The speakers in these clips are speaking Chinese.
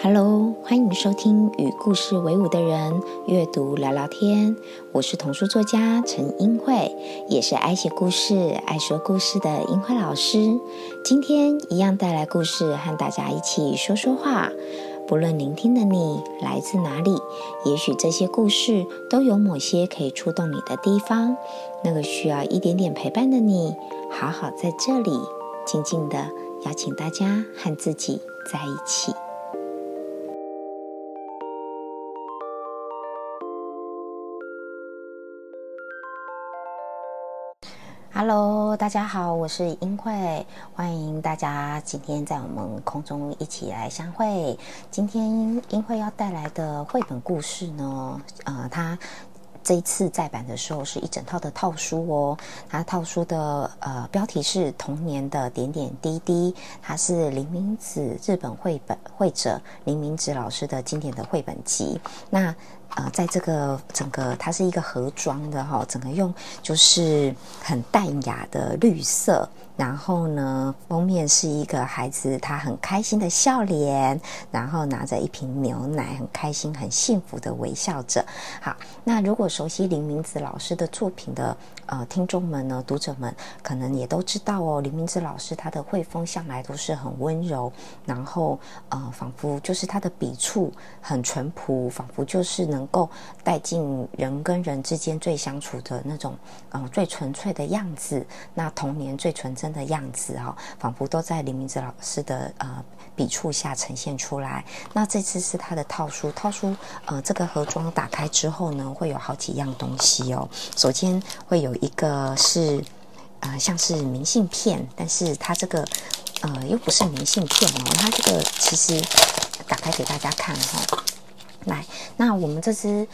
Hello， 欢迎收听与故事为伍的人阅读聊聊天。我是童书作家陈英慧，也是爱写故事、爱说故事的英慧老师。今天一样带来故事，和大家一起说说话。不论聆听的你来自哪里，也许这些故事都有某些可以触动你的地方。那个需要一点点陪伴的你，好好在这里静静的邀请大家和自己在一起。Hello， 大家好，我是英慧，欢迎大家今天在我们空中一起来相会。今天英慧要带来的绘本故事呢，它这一次再版的时候是一整套的套书哦。它套书的标题是《童年的点点滴滴》，它是林明子日本绘者林明子老师的经典的绘本集。那在这个整个它是一个盒装的哈，整个用就是很淡雅的绿色，然后呢封面是一个孩子他很开心的笑脸，然后拿着一瓶牛奶，很开心很幸福的微笑着。好，那如果熟悉林明子老师的作品的听众们呢，读者们可能也都知道哦，林明子老师他的绘风向来都是很温柔，然后仿佛就是他的笔触很淳朴，仿佛就是能够带进人跟人之间最相处的那种最纯粹的样子，那童年最纯真的样子仿佛都在林明子老师的笔触下呈现出来。那这次是他的套书这个盒装打开之后呢，会有好几样东西哦。首先会有一个是像是明信片，但是它这个又不是明信片哦，它这个其实打开给大家看来，那我们这支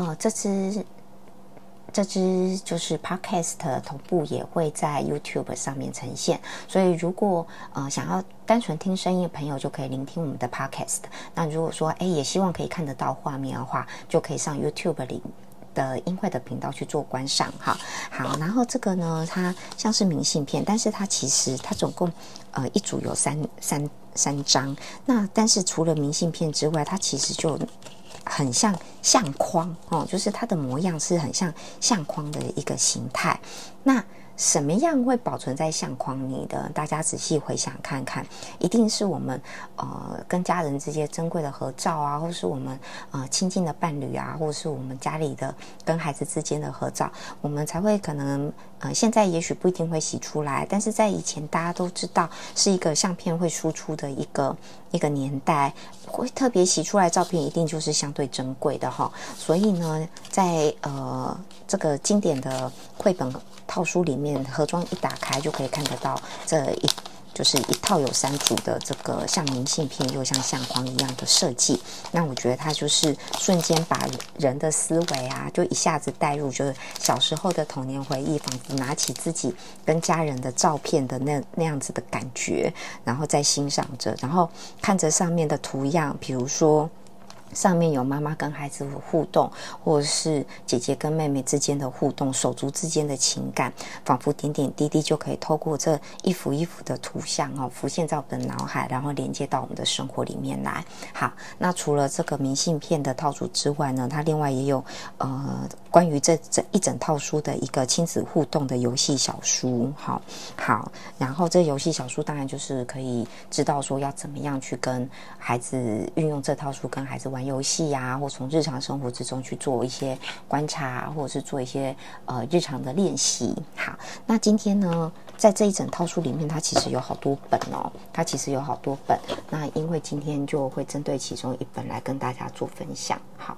就是 Podcast 同步也会在 YouTube 上面呈现，所以如果想要单纯听声音的朋友就可以聆听我们的 Podcast。那如果说也希望可以看得到画面的话，就可以上 YouTube 里的英慧的频道去做观赏。好，然后这个呢，它像是明信片，但是它其实它总共一组有三张。那但是除了明信片之外，它其实就很像相框就是它的模样是很像相框的一个形态。那什么样会保存在相框里的？大家仔细回想看看，一定是我们跟家人之间珍贵的合照啊，或是我们亲近的伴侣啊，或是我们家里的跟孩子之间的合照，我们才会可能现在也许不一定会洗出来，但是在以前大家都知道是一个相片会输出的一个年代，会特别洗出来照片一定就是相对珍贵的所以呢，在这个经典的绘本套书里面，盒装一打开就可以看得到就是一套有3组的这个像明信片又像相框一样的设计。那我觉得它就是瞬间把人的思维就一下子带入就是小时候的童年回忆，仿佛拿起自己跟家人的照片的那样子的感觉，然后再欣赏着，然后看着上面的图样，比如说上面有妈妈跟孩子的互动，或者是姐姐跟妹妹之间的互动，手足之间的情感，仿佛点点滴滴就可以透过这一幅一幅的图像浮现在我们的脑海，然后连接到我们的生活里面来。好，那除了这个明信片的套组之外呢，它另外也有关于这一整套书的一个亲子互动的游戏小书。好，然后这游戏小书当然就是可以知道说要怎么样去跟孩子运用这套书跟孩子玩游戏或从日常生活之中去做一些观察，或者是做一些日常的练习。好，那今天呢，在这一整套书里面，它其实有好多本那因为今天就会针对其中一本来跟大家做分享。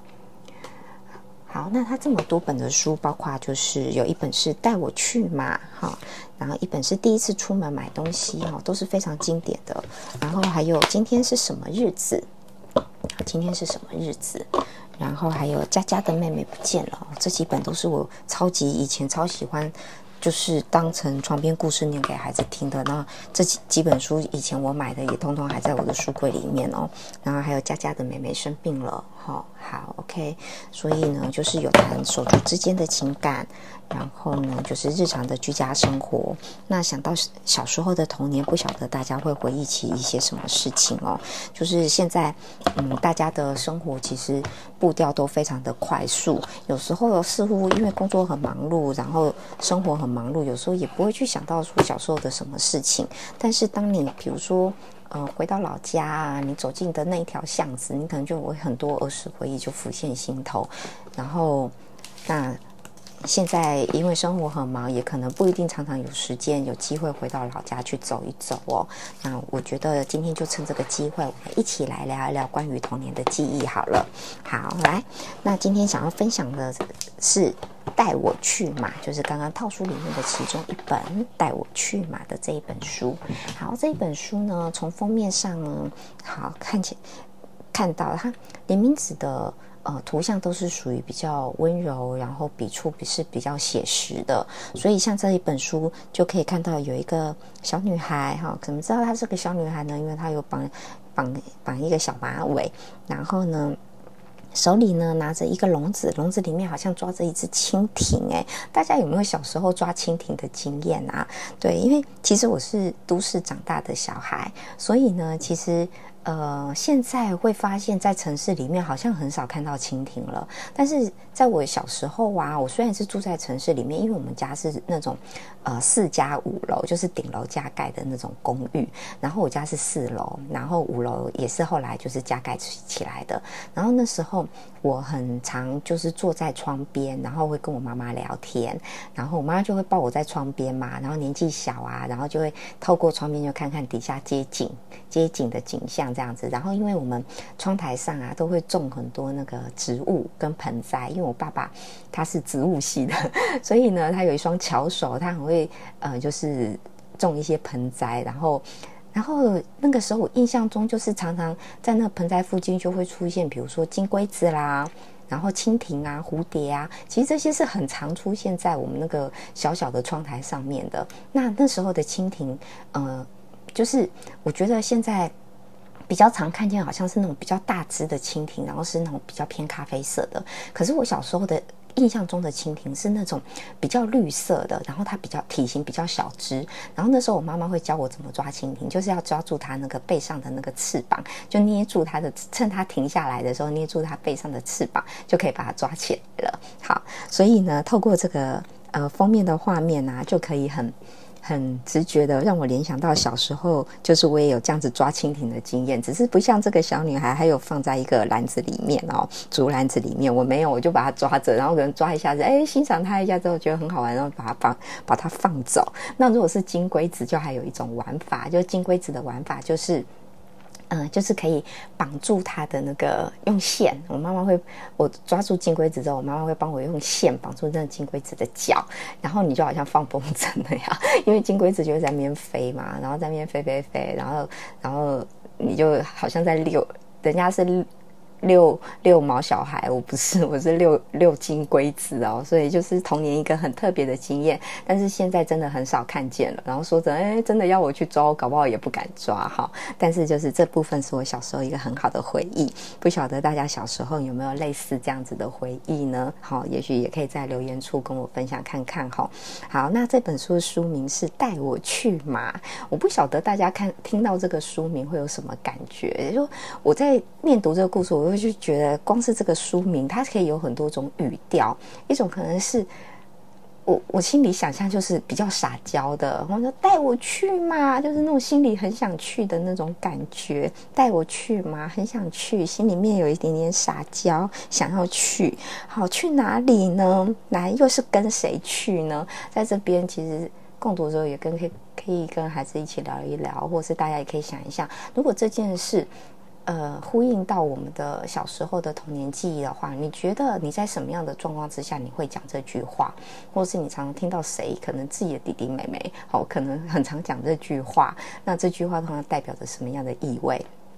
好，那它这么多本的书，包括就是有一本是带我去嘛，然后一本是第一次出门买东西，都是非常经典的。然后还有今天是什么日子，然后还有佳佳的妹妹不见了，这几本都是我以前超喜欢，就是当成床边故事念给孩子听的。那这几本书以前我买的也通通还在我的书柜里面然后还有佳佳的妹妹生病了好 OK， 所以呢就是有谈手足之间的情感，然后呢就是日常的居家生活。那想到小时候的童年，不晓得大家会回忆起一些什么事情哦。就是现在大家的生活其实步调都非常的快速，有时候似乎因为工作很忙碌，然后生活很忙碌，有时候也不会去想到说小时候的什么事情。但是当你比如说回到老家啊，你走进的那一条巷子，你可能就会很多儿时回忆就浮现心头。然后那现在因为生活很忙，也可能不一定常常有时间有机会回到老家去走一走哦。那我觉得今天就趁这个机会，我们一起来聊一聊关于童年的记忆好了。好，来，那今天想要分享的是带我去马，就是刚刚套书里面的其中一本带我去马的这一本书。好，这一本书呢，从封面上呢，好看到它连名字的图像都是属于比较温柔，然后笔触是比较写实的。所以像这一本书就可以看到有一个小女孩怎么知道她是个小女孩呢？因为她有绑一个小马尾，然后呢手里呢拿着一个笼子，笼子里面好像抓着一只蜻蜓。大家有没有小时候抓蜻蜓的经验啊？对，因为其实我是都市长大的小孩，所以呢其实现在会发现在城市里面好像很少看到蜻蜓了。但是在我小时候啊，我虽然是住在城市里面，因为我们家是那种4加5楼，就是顶楼加盖的那种公寓，然后我家是4楼，然后5楼也是后来就是加盖起来的。然后那时候我很常就是坐在窗边，然后会跟我妈妈聊天，然后我妈妈就会抱我在窗边嘛，然后年纪小啊，然后就会透过窗边就看看底下街景的景象这样子。然后因为我们窗台上啊都会种很多那个植物跟盆栽，因为我爸爸他是植物系的，所以呢他有一双巧手，他很会就是种一些盆栽。然后那个时候我印象中就是常常在那个盆栽附近就会出现比如说金龟子啦，然后蜻蜓啊、蝴蝶啊，其实这些是很常出现在我们那个小小的窗台上面的。那时候的蜻蜓就是我觉得现在比较常看见好像是那种比较大只的蜻蜓，然后是那种比较偏咖啡色的。可是我小时候的印象中的蜻蜓是那种比较绿色的，然后它体型比较小只。然后那时候我妈妈会教我怎么抓蜻蜓，就是要抓住它那个背上的那个翅膀，就捏住它的，趁它停下来的时候捏住它背上的翅膀，就可以把它抓起来了。好，所以呢透过这个封面的画面啊，就可以很直觉的让我联想到小时候，就是我也有这样子抓蜻蜓的经验，只是不像这个小女孩还有放在一个篮子里面竹篮子里面，我没有，我就把它抓着，然后可能抓一下子，欣赏它一下之后觉得很好玩，然后把它放走。那如果是金龟子，就还有一种玩法，就是金龟子的玩法就是可以绑住它的那个用线，我抓住金龟子之后，我妈妈会帮我用线绑住那个金龟子的脚，然后你就好像放风筝那样，因为金龟子就会在那边飞嘛，然后在那边飞，然后你就好像在遛，人家是遛毛小孩，我不是，我是遛金龟子所以就是童年一个很特别的经验，但是现在真的很少看见了。然后说真的要我去抓，我搞不好也不敢抓但是就是这部分是我小时候一个很好的回忆，不晓得大家小时候有没有类似这样子的回忆呢？也许也可以在留言处跟我分享看看好，那这本书的书名是带我去马，我不晓得大家听到这个书名会有什么感觉。就我在念读这个故事，我会去觉得光是这个书名它可以有很多种语调，一种可能是我心里想象就是比较撒娇的，我说带我去嘛，就是那种心里很想去的那种感觉，带我去嘛，很想去，心里面有一点点撒娇，想要去。好，去哪里呢？又是跟谁去呢？在这边其实共读的时候也可以跟孩子一起聊一聊，或是大家也可以想一下，如果这件事呼应到我们的小时候的童年记忆的话，你觉得你在什么样的状况之下你会讲这句话，或是你常常听到谁可能自己的弟弟妹妹可能很常讲这句话，那这句话通常代表着什么样的意味？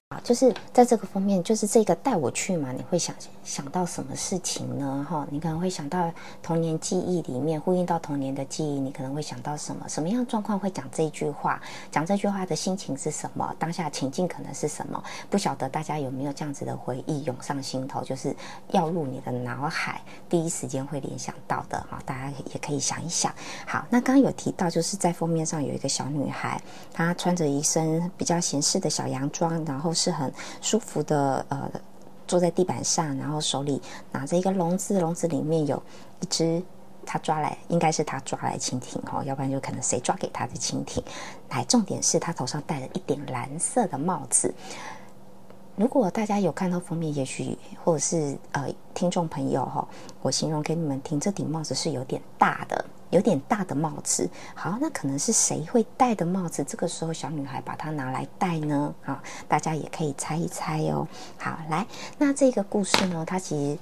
就是在这个封面，就是这个带我去嘛，你会想到什么事情呢？你可能会想到童年记忆里面，呼应到童年的记忆，你可能会想到什么样状况会讲这一句话？讲这句话的心情是什么？当下情境可能是什么？不晓得大家有没有这样子的回忆涌上心头，就是要入你的脑海，第一时间会联想到的大家也可以想一想。好，那刚刚有提到，就是在封面上有一个小女孩，她穿着一身比较闲适的小洋装，然后是很舒服的坐在地板上，然后手里拿着一个笼子，笼子里面有一只应该是他抓来蜻蜓要不然就可能谁抓给他的蜻蜓。来，重点是他头上戴了一顶蓝色的帽子。如果大家有看到封面，也许或者是听众朋友我形容给你们听，这顶帽子是有点大的帽子。好，那可能是谁会戴的帽子？这个时候小女孩把它拿来戴呢？大家也可以猜一猜哦。好，来，那这个故事呢，它其实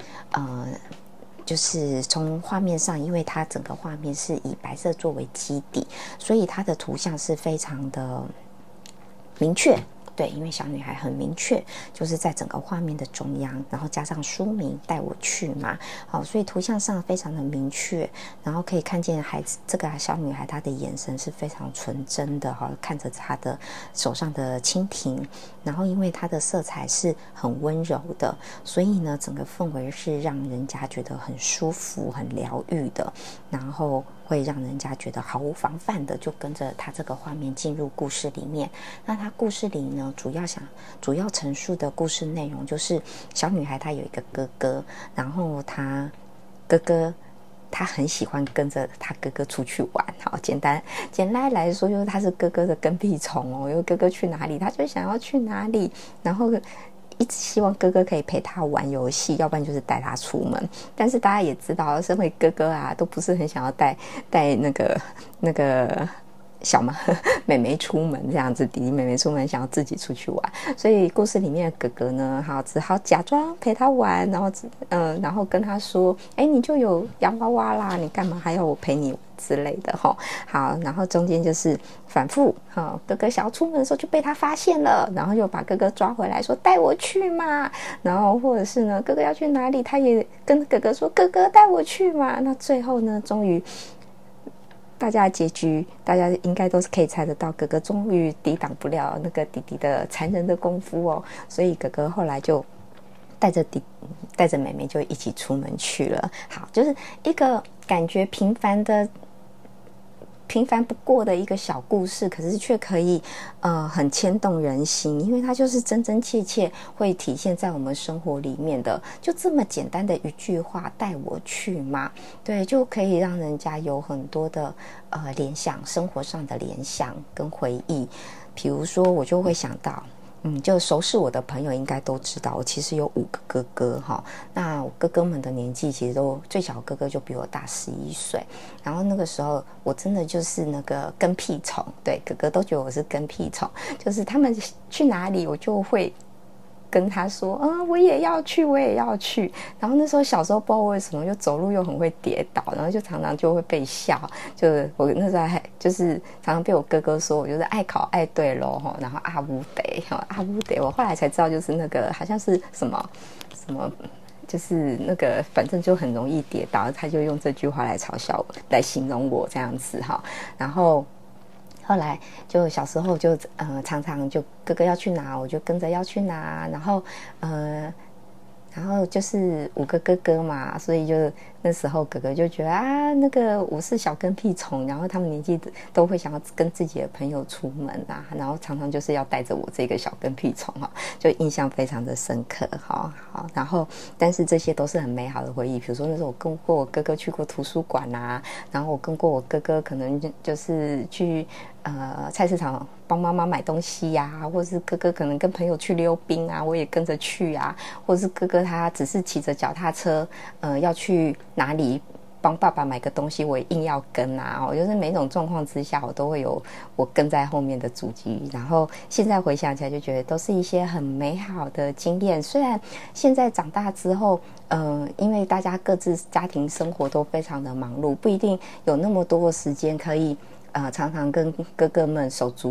就是从画面上，因为它整个画面是以白色作为基底，所以它的图像是非常的明确。对，因为小女孩很明确，就是在整个画面的中央，然后加上书名带我去嘛，所以图像上非常的明确，然后可以看见这个小女孩她的眼神是非常纯真的看着她的手上的蜻蜓，然后因为它的色彩是很温柔的，所以呢整个氛围是让人家觉得很舒服、很疗愈的，然后会让人家觉得毫无防范的就跟着他这个画面进入故事里面。那他故事里呢，主要陈述的故事内容就是小女孩她有一个哥哥，然后她很喜欢跟着他哥哥出去玩。好，简单来说，就是他是哥哥的跟屁虫因为哥哥去哪里，他就想要去哪里，然后一直希望哥哥可以陪他玩游戏，要不然就是带他出门。但是大家也知道，身为哥哥都不是很想要带那个小妹妹出门这样子，弟弟妹妹出门想要自己出去玩，所以故事里面的哥哥呢，只好假装陪他玩，然后跟他说，你就有洋娃娃啦，你干嘛还要我陪你之类的好，然后中间就是反复哥哥想要出门的时候就被他发现了，然后又把哥哥抓回来说带我去嘛，然后或者是呢哥哥要去哪里，他也跟哥哥说哥哥带我去嘛。那最后呢，终于大家的结局，大家应该都是可以猜得到，哥哥终于抵挡不了那个弟弟的残忍的功夫所以哥哥后来就带着妹妹就一起出门去了。好，就是一个感觉平凡不过的一个小故事，可是却可以很牵动人心，因为它就是真真切切会体现在我们生活里面的，就这么简单的一句话，带我去嘛，对，就可以让人家有很多的联想，生活上的联想跟回忆。比如说我就会想到就熟识我的朋友应该都知道，我其实有5个哥哥那我哥哥们的年纪其实都，最小哥哥就比我大11岁，然后那个时候我真的就是那个跟屁虫，对，哥哥都觉得我是跟屁虫，就是他们去哪里我就会跟他说我也要去。然后那时候小时候不知道为什么就走路又很会跌倒，然后就常常就会被笑，就是我那时候还就是常常被我哥哥说我就是爱考爱对咯然后阿乌得我后来才知道就是那个好像是什么就是那个反正就很容易跌倒，他就用这句话来嘲笑我，来形容我这样子然后后来就小时候就常常就哥哥要去哪我就跟着要去哪，然后就是5个哥哥嘛，所以就那时候哥哥就觉得那个我是小跟屁虫，然后他们年纪都会想要跟自己的朋友出门然后常常就是要带着我这个小跟屁虫就印象非常的深刻好，然后但是这些都是很美好的回忆。比如说那时候我跟过我哥哥去过图书馆然后我跟过我哥哥可能就是去菜市场帮妈妈买东西或者是哥哥可能跟朋友去溜冰我也跟着去或者是哥哥他只是骑着脚踏车要去哪里帮爸爸买个东西，我也硬要跟就是每种状况之下我都会有我跟在后面的足迹，然后现在回想起来就觉得都是一些很美好的经验。虽然现在长大之后因为大家各自家庭生活都非常的忙碌，不一定有那么多的时间可以常常跟哥哥们手足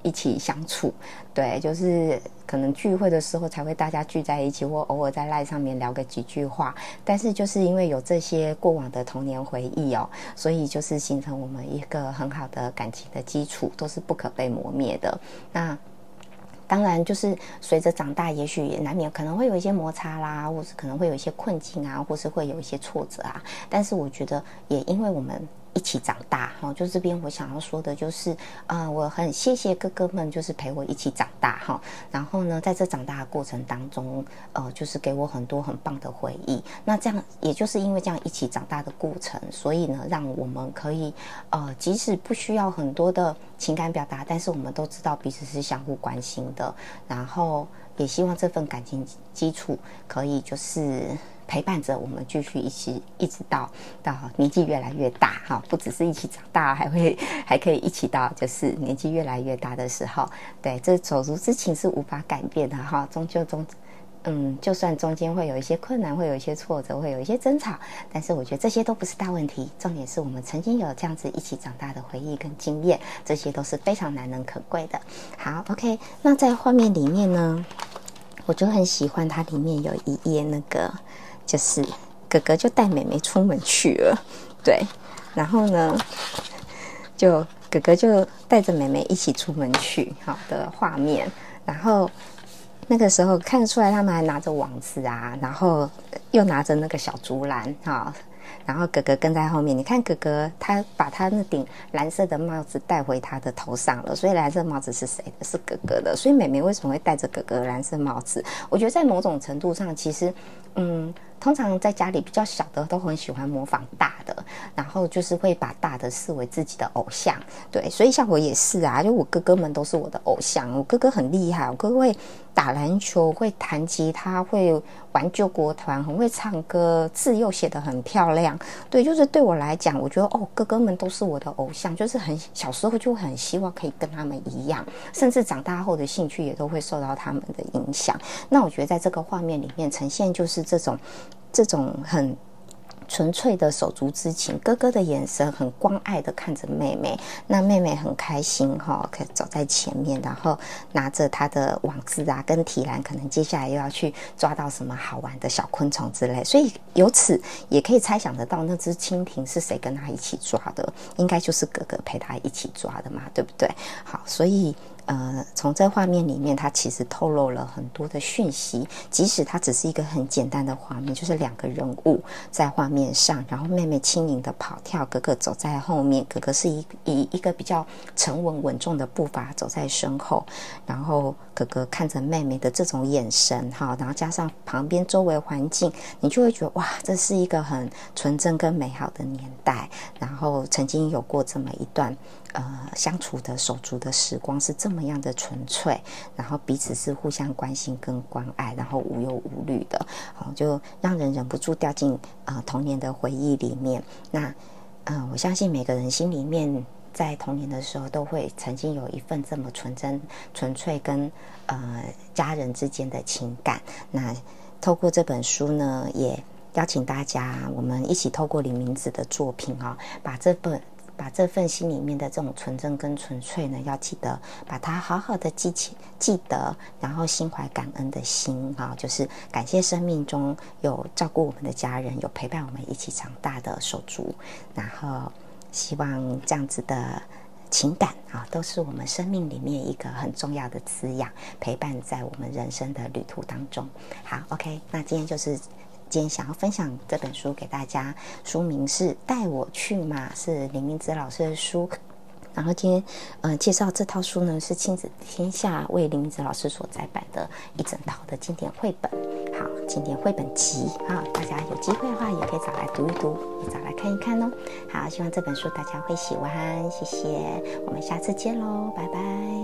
一起相处，对，就是可能聚会的时候才会大家聚在一起，或偶尔在LINE上面聊个几句话，但是就是因为有这些过往的童年回忆哦，所以就是形成我们一个很好的感情的基础，都是不可被磨灭的。那当然就是随着长大，也许也难免可能会有一些摩擦啦，或是可能会有一些困境啊，或是会有一些挫折啊，但是我觉得也因为我们一起长大，就这边我想要说的就是，我很谢谢哥哥们，就是陪我一起长大哈。然后呢，在这长大的过程当中，就是给我很多很棒的回忆。那这样，也就是因为这样一起长大的过程，所以呢，让我们可以，即使不需要很多的情感表达，但是我们都知道彼此是相互关心的。然后也希望这份感情基础可以就是陪伴着我们继续一直到年纪越来越大哈，不只是一起长大，还可以一起到就是年纪越来越大的时候，对，这手足之情是无法改变的哈，就算中间会有一些困难，会有一些挫折，会有一些争吵，但是我觉得这些都不是大问题，重点是我们曾经有这样子一起长大的回忆跟经验，这些都是非常难能可贵的。好 OK， 那在画面里面呢，我就很喜欢它里面有一页那个就是哥哥就带妹妹出门去了，对，然后呢就哥哥就带着妹妹一起出门去好的画面，然后那个时候看得出来他们还拿着网子啊，然后又拿着那个小竹篮哈，然后哥哥跟在后面，你看哥哥他把他那顶蓝色的帽子戴回他的头上了，所以蓝色帽子是谁的？是哥哥的。所以妹妹为什么会戴着哥哥的蓝色帽子？我觉得在某种程度上，其实通常在家里比较小的都很喜欢模仿大的，然后就是会把大的视为自己的偶像，对，所以像我也是啊，就我哥哥们都是我的偶像。我哥哥很厉害，我哥哥会打篮球，会弹吉他，会玩救国团，很会唱歌，字又写得很漂亮，对，就是对我来讲，我觉得哥哥们都是我的偶像，就是很小时候就很希望可以跟他们一样，甚至长大后的兴趣也都会受到他们的影响。那我觉得在这个画面里面呈现就是这种很纯粹的手足之情，哥哥的眼神很关爱的看着妹妹，那妹妹很开心可以走在前面，然后拿着她的网子啊跟提篮，可能接下来又要去抓到什么好玩的小昆虫之类，所以由此也可以猜想得到那只蜻蜓是谁跟他一起抓的，应该就是哥哥陪他一起抓的嘛，对不对？好，所以从这画面里面，它其实透露了很多的讯息，即使它只是一个很简单的画面，就是两个人物在画面上，然后妹妹轻盈的跑跳，哥哥走在后面，哥哥是以一个比较沉稳稳重的步伐走在身后，然后哥哥看着妹妹的这种眼神然后加上旁边周围环境，你就会觉得哇，这是一个很纯真跟美好的年代，然后曾经有过这么一段相处的手足的时光是这么样的纯粹，然后彼此是互相关心跟关爱，然后无忧无虑的，就让人忍不住掉进童年的回忆里面。那我相信每个人心里面在童年的时候都会曾经有一份这么纯真纯粹跟家人之间的情感。那透过这本书呢，也邀请大家我们一起透过李明子的作品把这份心里面的这种纯真跟纯粹呢，要记得把它好好的记得，然后心怀感恩的心就是感谢生命中有照顾我们的家人，有陪伴我们一起长大的手足，然后希望这样子的情感都是我们生命里面一个很重要的滋养，陪伴在我们人生的旅途当中。好 OK， 那今天想要分享这本书给大家，书名是《带我去嘛》，是林明子老师的书。然后今天介绍这套书呢，是亲子天下为林明子老师所摘版的一整套的经典绘本，好，经典绘本集大家有机会的话也可以找来读一读，也找来看一看哦。好，希望这本书大家会喜欢，谢谢，我们下次见喽，拜拜。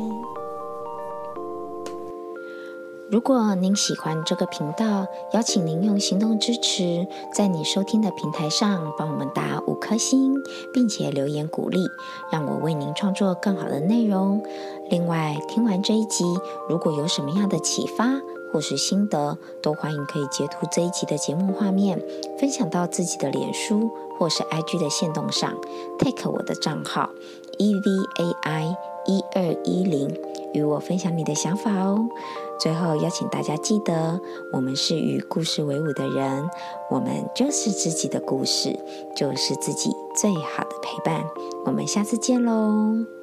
如果您喜欢这个频道，邀请您用行动支持，在你收听的平台上帮我们打5颗星，并且留言鼓励，让我为您创作更好的内容。另外，听完这一集，如果有什么样的启发或是心得，都欢迎可以截图这一集的节目画面，分享到自己的脸书或是 IG 的限动上 ，tag 我的账号 EVAI 1210与我分享你的想法哦。最后邀请大家记得，我们是与故事为伍的人，我们就是自己的故事，就是自己最好的陪伴。我们下次见喽。